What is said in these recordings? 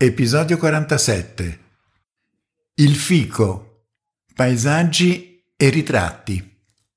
Episodio 47. Il fico, paesaggi e ritratti.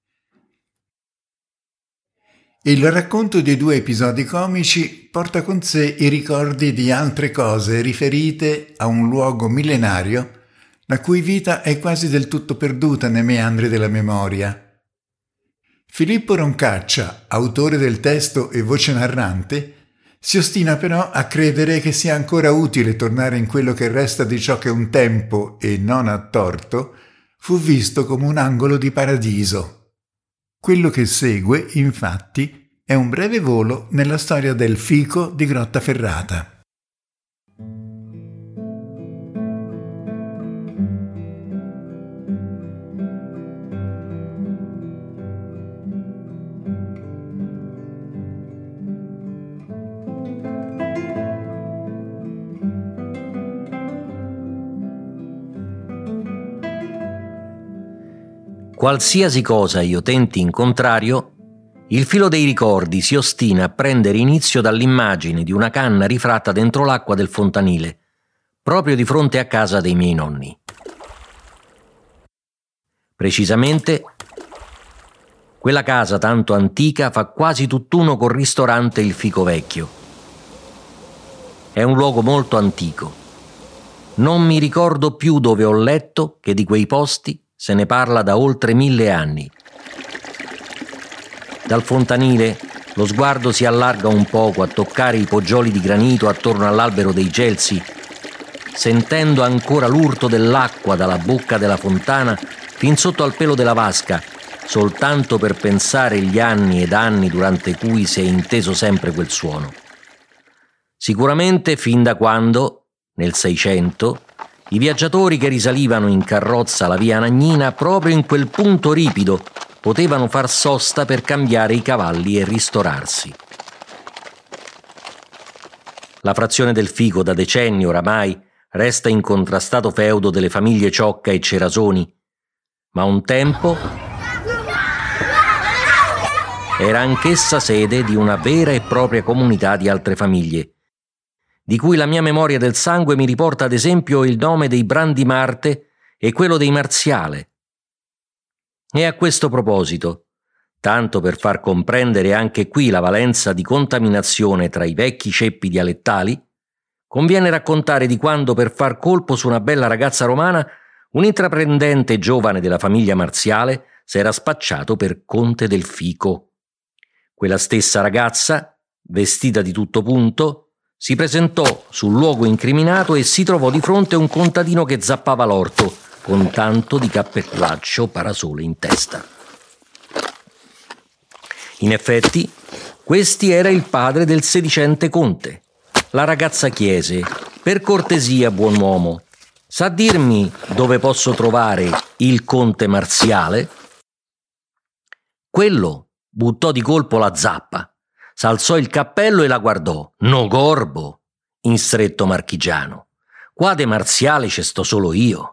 Il racconto dei due episodi comici porta con sé i ricordi di altre cose riferite a un luogo millenario la cui vita è quasi del tutto perduta nei meandri della memoria. Filippo Roncaccia, autore del testo e voce narrante, si ostina però a credere che sia ancora utile tornare in quello che resta di ciò che un tempo, e non a torto, fu visto come un angolo di paradiso. Quello che segue, infatti, è un breve volo nella storia del fico di Grottaferrata. Qualsiasi cosa io tenti in contrario, il filo dei ricordi si ostina a prendere inizio dall'immagine di una canna rifratta dentro l'acqua del fontanile, proprio di fronte a casa dei miei nonni. Precisamente, quella casa tanto antica fa quasi tutt'uno col ristorante Il Fico Vecchio. È un luogo molto antico. Non mi ricordo più dove ho letto che di quei posti se ne parla da oltre 1000 anni. Dal fontanile lo sguardo si allarga un poco a toccare i poggioli di granito attorno all'albero dei gelsi, sentendo ancora l'urto dell'acqua dalla bocca della fontana fin sotto al pelo della vasca, soltanto per pensare gli anni ed anni durante cui si è inteso sempre quel suono. Sicuramente fin da quando, nel 600, i viaggiatori che risalivano in carrozza la via Anagnina proprio in quel punto ripido potevano far sosta per cambiare i cavalli e ristorarsi. La frazione del Fico da decenni oramai resta incontrastato feudo delle famiglie Ciocca e Cerasoni, ma un tempo era anch'essa sede di una vera e propria comunità di altre famiglie, di cui la mia memoria del sangue mi riporta ad esempio il nome dei Brandimarte e quello dei Marziale. E a questo proposito, tanto per far comprendere anche qui la valenza di contaminazione tra i vecchi ceppi dialettali, conviene raccontare di quando, per far colpo su una bella ragazza romana, un intraprendente giovane della famiglia Marziale s'era spacciato per conte del Fico. Quella stessa ragazza, vestita di tutto punto, si presentò sul luogo incriminato e si trovò di fronte a un contadino che zappava l'orto, con tanto di cappellaccio parasole in testa. In effetti, questi era il padre del sedicente conte. La ragazza chiese: «Per cortesia, buon uomo, sa dirmi dove posso trovare il conte Marziale?» Quello buttò di colpo la zappa, s'alzò il cappello e la guardò. «No gorbo, in stretto marchigiano, qua de Marziale ce sto solo io».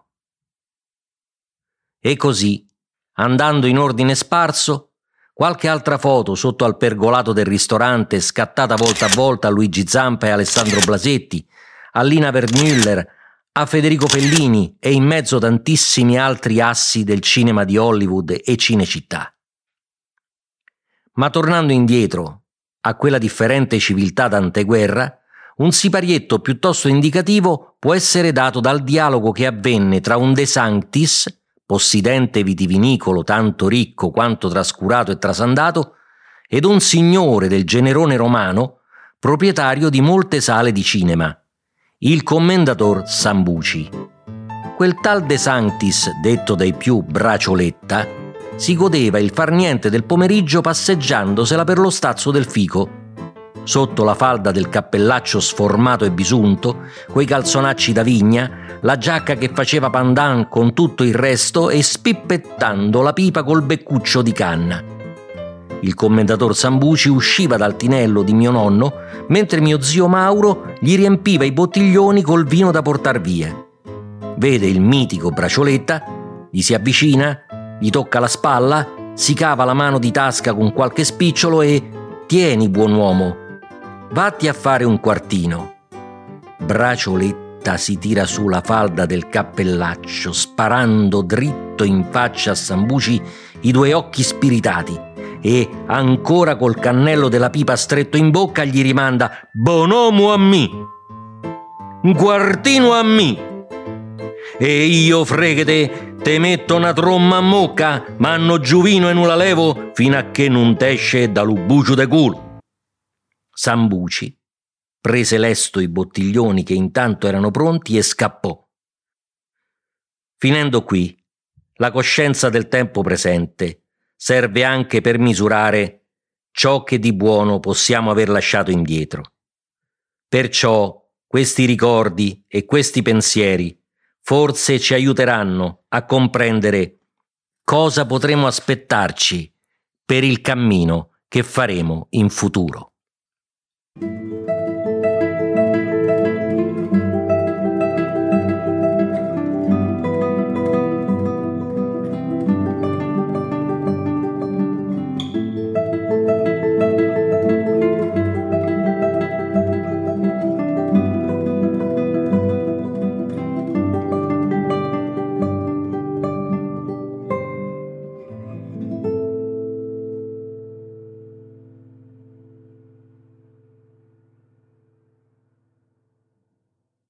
E così, andando in ordine sparso, qualche altra foto sotto al pergolato del ristorante scattata volta a volta a Luigi Zampa e Alessandro Blasetti, a Lina Wertmüller, a Federico Fellini e in mezzo tantissimi altri assi del cinema di Hollywood e Cinecittà. Ma tornando indietro a quella differente civiltà d'anteguerra, un siparietto piuttosto indicativo può essere dato dal dialogo che avvenne tra un De Sanctis, possidente vitivinicolo tanto ricco quanto trascurato e trasandato, ed un signore del Generone romano, proprietario di molte sale di cinema, il commendator Sambuci. Quel tal De Sanctis, detto dai più Bracioletta, si godeva il far niente del pomeriggio passeggiandosela per lo stazzo del Fico. Sotto la falda del cappellaccio sformato e bisunto, coi calzonacci da vigna, la giacca che faceva pandan con tutto il resto e spippettando la pipa col beccuccio di canna. Il commendator Sambuci usciva dal tinello di mio nonno, mentre mio zio Mauro gli riempiva i bottiglioni col vino da portar via. Vede il mitico Bracioletta, gli si avvicina, gli tocca la spalla, si cava la mano di tasca con qualche spicciolo e «Tieni, buon uomo, vatti a fare un quartino». Bracioletta si tira su la falda del cappellaccio, sparando dritto in faccia a Sambuci i 2 occhi spiritati, e, ancora col cannello della pipa stretto in bocca, gli rimanda: «Bonomo a me! Un quartino a me! E io, freghete, te metto una tromma a mocca, manno giuvino e non la levo fino a che non t'esce da l'ubucio de culo». Sambuci prese lesto i bottiglioni che intanto erano pronti e scappò. Finendo qui, la coscienza del tempo presente serve anche per misurare ciò che di buono possiamo aver lasciato indietro. Perciò questi ricordi e questi pensieri forse ci aiuteranno a comprendere cosa potremo aspettarci per il cammino che faremo in futuro.